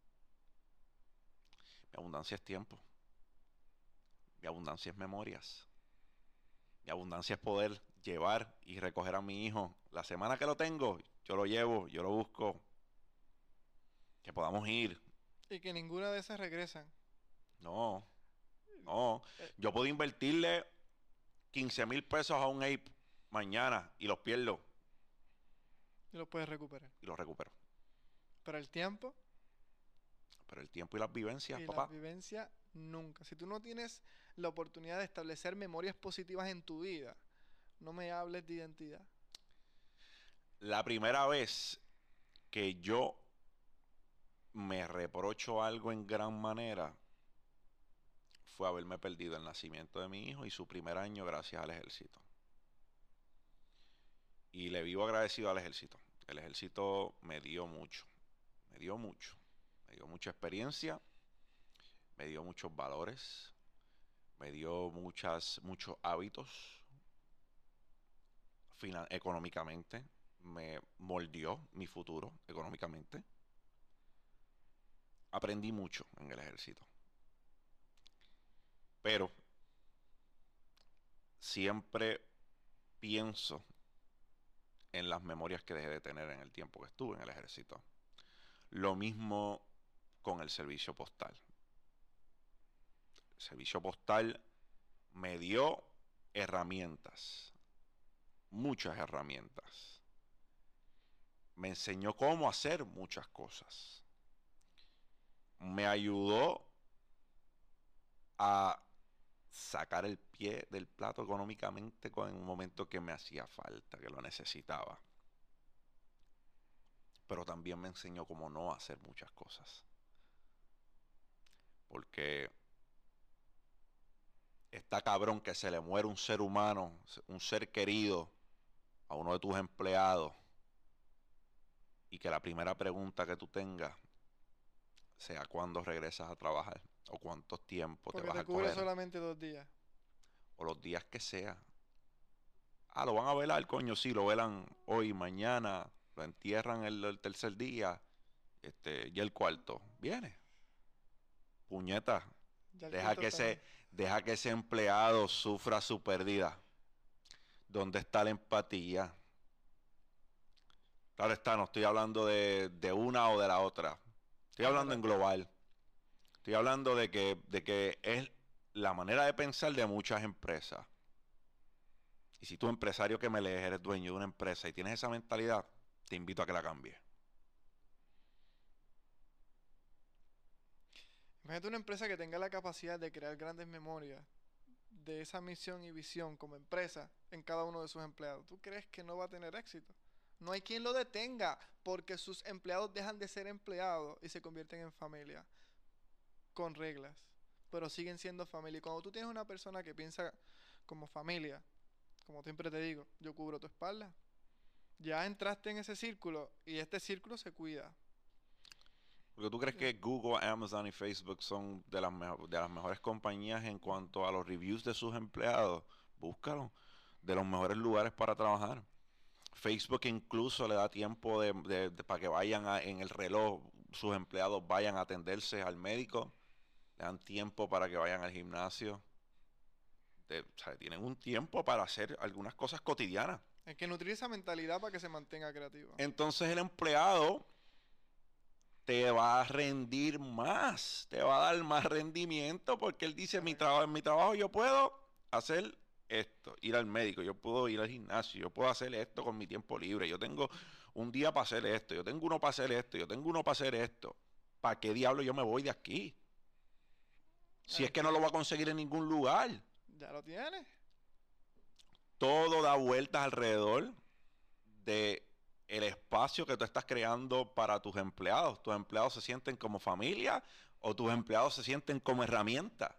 Mi abundancia es tiempo. Mi abundancia es memorias. Mi abundancia es poder llevar y recoger a mi hijo. La semana que lo tengo, yo lo llevo, yo lo busco. Que podamos ir. Y que ninguna de esas regresan. No, no. Eh, Yo puedo invertirle quince mil pesos a un ape mañana y los pierdo y lo puedes recuperar. y los recupero. Pero el tiempo Pero el tiempo y las vivencias, y la papá. vivencia nunca. Si tú no tienes la oportunidad de establecer memorias positivas en tu vida, no me hables de identidad. La primera vez que yo me reprocho algo en gran manera fue haberme perdido el nacimiento de mi hijo y su primer año gracias al ejército. Y le vivo agradecido al ejército. El ejército me dio mucho, me dio mucho, me dio mucha experiencia, me dio muchos valores, me dio muchas, muchos hábitos, finan- económicamente, me moldeó mi futuro económicamente. Aprendí mucho en el ejército. Pero siempre pienso en las memorias que dejé de tener en el tiempo que estuve en el ejército. Lo mismo con el servicio postal. El servicio postal me dio herramientas, muchas herramientas. Me enseñó cómo hacer muchas cosas. Me ayudó a sacar el pie del plato económicamente en un momento que me hacía falta, que lo necesitaba. Pero también me enseñó cómo no hacer muchas cosas. Porque está cabrón que se le muere un ser humano, un ser querido, a uno de tus empleados, y que la primera pregunta que tú tengas sea cuándo regresas a trabajar o cuántos tiempos te Porque vas te a cubre coger solamente dos días. o los días que sea. Ah, lo van a velar, coño, sí, lo velan hoy, mañana, lo entierran el, el tercer día, este, y el cuarto. Viene. Puñeta, Ya el deja quinto que está ahí. ese, deja que ese empleado sufra su pérdida. ¿Dónde está la empatía? Claro está, no estoy hablando de, de una o de la otra. Estoy hablando en General. global. Estoy hablando de que, de que es la manera de pensar de muchas empresas. Y si tú, empresario que me lees, eres dueño de una empresa y tienes esa mentalidad, te invito a que la cambies. Imagínate una empresa que tenga la capacidad de crear grandes memorias de esa misión y visión como empresa en cada uno de sus empleados. ¿Tú crees que no va a tener éxito? No hay quien lo detenga porque sus empleados dejan de ser empleados y se convierten en familia con reglas, pero siguen siendo familia. Y cuando tú tienes una persona que piensa como familia, como siempre te digo, yo cubro tu espalda. Ya entraste en ese círculo y este círculo se cuida. Porque tú crees Eh, que Google, Amazon y Facebook son de las, mejo- de las mejores compañías en cuanto a los reviews de sus empleados. Búscalo. De los mejores lugares para trabajar. Facebook incluso le da tiempo de, de- de- para que vayan a- en el reloj, sus empleados vayan a atenderse al médico. Le dan tiempo para que vayan al gimnasio. De- o sea, tienen un tiempo para hacer algunas cosas cotidianas. Hay que nutrir esa mentalidad para que se mantenga creativo. Entonces el empleado te va a rendir más, te va a dar más rendimiento porque él dice, mi trabajo, en mi trabajo yo puedo hacer esto, ir al médico, yo puedo ir al gimnasio, yo puedo hacer esto con mi tiempo libre, yo tengo un día para hacer esto, yo tengo uno para hacer esto, yo tengo uno para hacer esto. ¿Para qué diablo yo me voy de aquí? Si es Ahí que no lo tiene. va a conseguir en ningún lugar. Ya lo tienes. Todo da vueltas alrededor de el espacio que tú estás creando para tus empleados. ¿Tus empleados se sienten como familia o tus empleados se sienten como herramienta?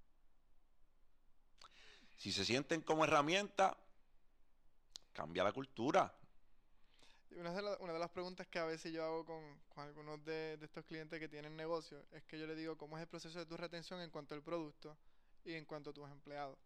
Si se sienten como herramienta, cambia la cultura. Y Una de, la- una de las preguntas que a veces yo hago con, con algunos de, de estos clientes que tienen negocios es que yo les digo cómo es el proceso de tu retención en cuanto al producto y en cuanto a tus empleados.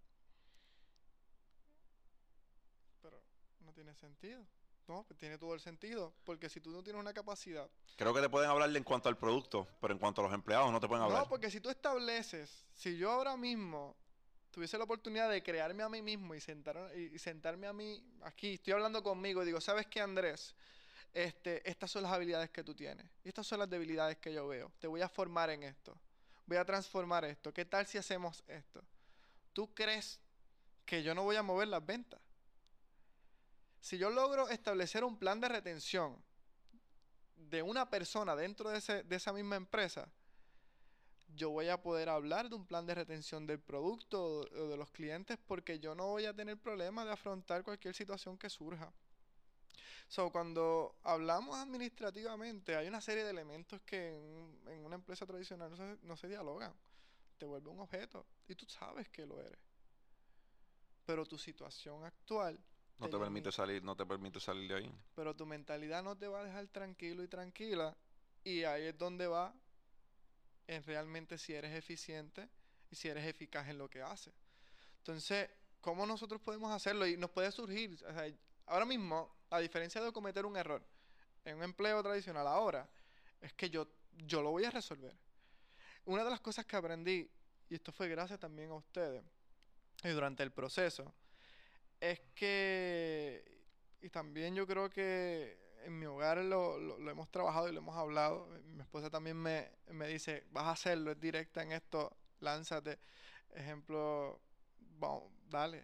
Pero no tiene sentido. No, pues tiene todo el sentido. Porque si tú no tienes una capacidad. Creo que te pueden hablar en cuanto al producto, pero en cuanto a los empleados no te pueden No, hablar. porque si tú estableces, si yo ahora mismo tuviese la oportunidad de crearme a mí mismo y, sentar, y sentarme a mí aquí, estoy hablando conmigo y digo, ¿sabes qué, Andrés? Este, estas son las habilidades que tú tienes. Y estas son las debilidades que yo veo. Te voy a formar en esto. Voy a transformar esto. ¿Qué tal si hacemos esto? ¿Tú crees que yo no voy a mover las ventas? Si yo logro establecer un plan de retención de una persona dentro de, ese, de esa misma empresa, yo voy a poder hablar de un plan de retención del producto o o de los clientes porque yo no voy a tener problema de afrontar cualquier situación que surja. So, cuando hablamos administrativamente, hay una serie de elementos que en, en una empresa tradicional no se, no se dialogan. te vuelve un objeto y tú sabes que lo eres. Pero tu situación actual No te te limita. permite salir, no te permite salir de ahí. Pero tu mentalidad no te va a dejar tranquilo y tranquila. Y ahí es donde va en realmente si eres eficiente y si eres eficaz en lo que haces. Entonces, ¿cómo nosotros podemos hacerlo? Y nos puede surgir, o sea, ahora mismo, a diferencia de cometer un error en un empleo tradicional ahora, es que yo, yo lo voy a resolver. Una de las cosas que aprendí, y esto fue gracias también a ustedes, y durante el proceso, es que, y también yo creo que en mi hogar lo, lo- lo hemos trabajado y lo hemos hablado. Mi esposa también me, me dice, vas a hacerlo, es directa en esto, lánzate. Ejemplo, vamos, dale.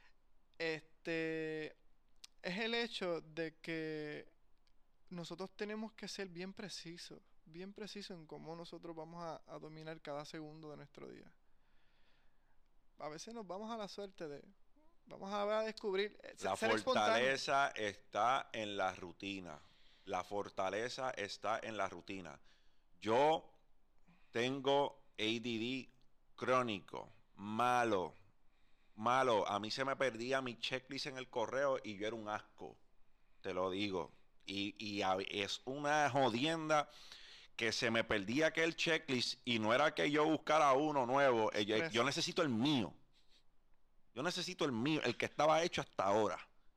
Este, es el hecho de que nosotros tenemos que ser bien precisos, bien precisos en cómo nosotros vamos a, a dominar cada segundo de nuestro día. A veces nos vamos a la suerte de, vamos a descubrir, eh, La ser espontáneo. fortaleza está en la rutina. La fortaleza está en la rutina. Yo tengo A D D crónico, malo, malo. A mí se me perdía mi checklist en el correo y yo era un asco, te lo digo. Y, y a- es una jodienda que se me perdía aquel checklist y no era que yo buscara uno nuevo. eh, Yo, yo Estrés. necesito el mío. Yo necesito el mío, el que estaba hecho hasta ahora.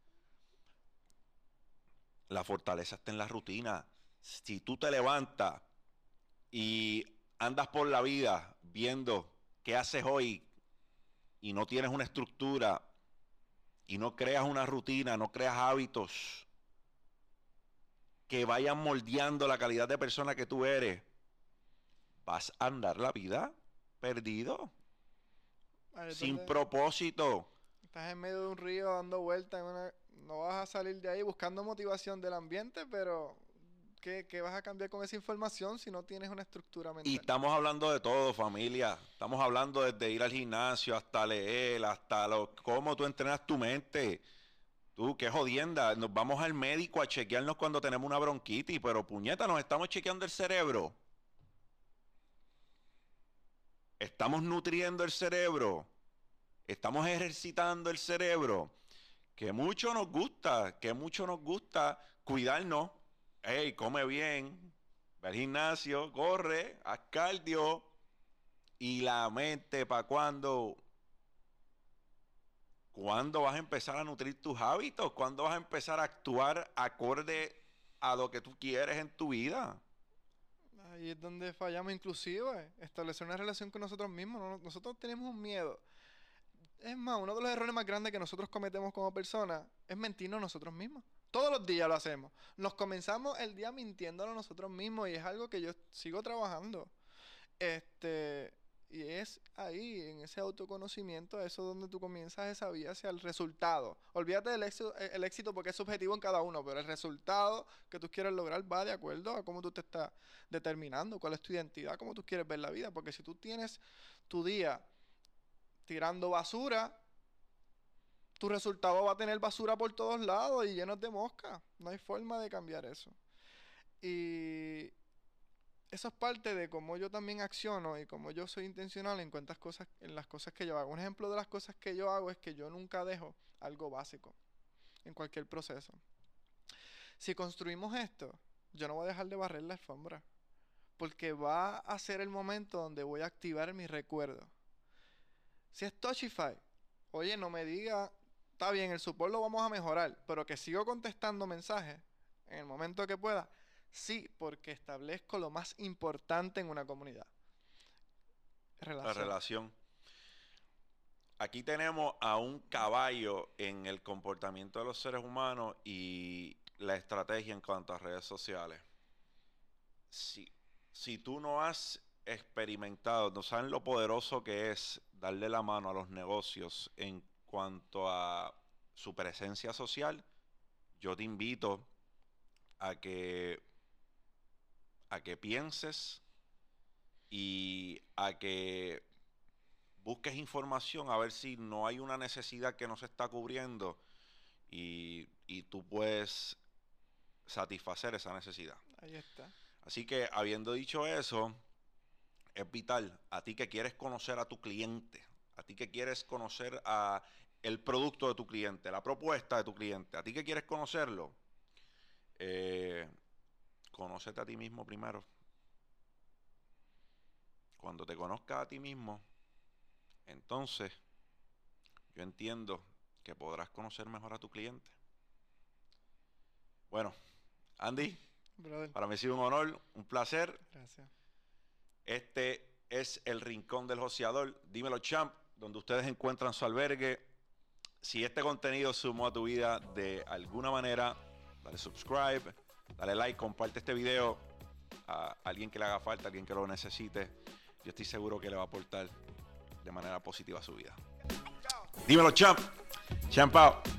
La fortaleza está en la rutina. Si tú te levantas y andas por la vida viendo qué haces hoy y no tienes una estructura y no creas una rutina, no creas hábitos que vayan moldeando la calidad de persona que tú eres, vas a andar la vida perdido, Ahí es sin donde propósito. estás en medio de un río dando vueltas, en una- no vas a salir de ahí buscando motivación del ambiente, pero ¿qué, qué vas a cambiar con esa información si no tienes una estructura Y mental? estamos hablando de todo, familia. Estamos hablando desde ir al gimnasio hasta leer, hasta lo, cómo tú entrenas tu mente. Tú, qué jodienda. Nos vamos al médico a chequearnos cuando tenemos una bronquitis, pero puñeta, nos estamos chequeando el cerebro. Estamos nutriendo el cerebro. Estamos ejercitando el cerebro. Que mucho nos gusta, que mucho nos gusta cuidarnos. Hey, come bien, ve al gimnasio, corre, haz cardio. Y la mente, ¿para cuándo? ¿Cuándo vas a empezar a nutrir tus hábitos? ¿Cuándo vas a empezar a actuar acorde a lo que tú quieres en tu vida? Ahí es donde fallamos inclusive, establecer una relación con nosotros mismos. ¿No? Nosotros tenemos un miedo. Es más, uno de los errores más grandes que nosotros cometemos como personas es mentirnos nosotros mismos. Todos los días lo hacemos. Nos comenzamos el día mintiéndonos nosotros mismos y es algo que yo sigo trabajando. Este, y es ahí, en ese autoconocimiento, eso es donde tú comienzas esa vía hacia el resultado. Olvídate del éxito, eh, el éxito porque es subjetivo en cada uno, pero el resultado que tú quieres lograr va de acuerdo a cómo tú te estás determinando, cuál es tu identidad, cómo tú quieres ver la vida. Porque si tú tienes tu día tirando basura, tu resultado va a tener basura por todos lados y llenos de mosca. No hay forma de cambiar eso. Y eso es parte de cómo yo también acciono y cómo yo soy intencional en cuántas cosas, en las cosas que yo hago. Un ejemplo de las cosas que yo hago es que yo nunca dejo algo básico en cualquier proceso. Si construimos esto, yo no voy a dejar de barrer la alfombra, porque va a ser el momento donde voy a activar mi recuerdo. Si es Touchify, oye, no me diga, está bien, el support lo vamos a mejorar, pero que sigo contestando mensajes en el momento que pueda. Sí, porque establezco lo más importante en una comunidad. La Relación. relación. Aquí tenemos a un caballo en el comportamiento de los seres humanos y la estrategia en cuanto a redes sociales. Si, si tú no has experimentado, no saben lo poderoso que es darle la mano a los negocios en cuanto a su presencia social, yo te invito a que, a que pienses y a que busques información a ver si no hay una necesidad que no se está cubriendo y, y tú puedes satisfacer esa necesidad. Ahí está. Así que habiendo dicho eso, es vital. A ti que quieres conocer a tu cliente, a ti que quieres conocer a el producto de tu cliente, la propuesta de tu cliente, a ti que quieres conocerlo, eh, conócete a ti mismo primero. Cuando te conozcas a ti mismo, entonces yo entiendo que podrás conocer mejor a tu cliente. Bueno, Andy, Brother, para mí ha sido un honor, un placer. gracias. Este es el Rincón del Joseador, Dímelo Champ, donde ustedes encuentran su albergue. Si este contenido sumó a tu vida de alguna manera, dale subscribe, dale like, comparte este video a alguien que le haga falta, a alguien que lo necesite. Yo estoy seguro que le va a aportar de manera positiva a su vida. Dímelo, champ. Champ out.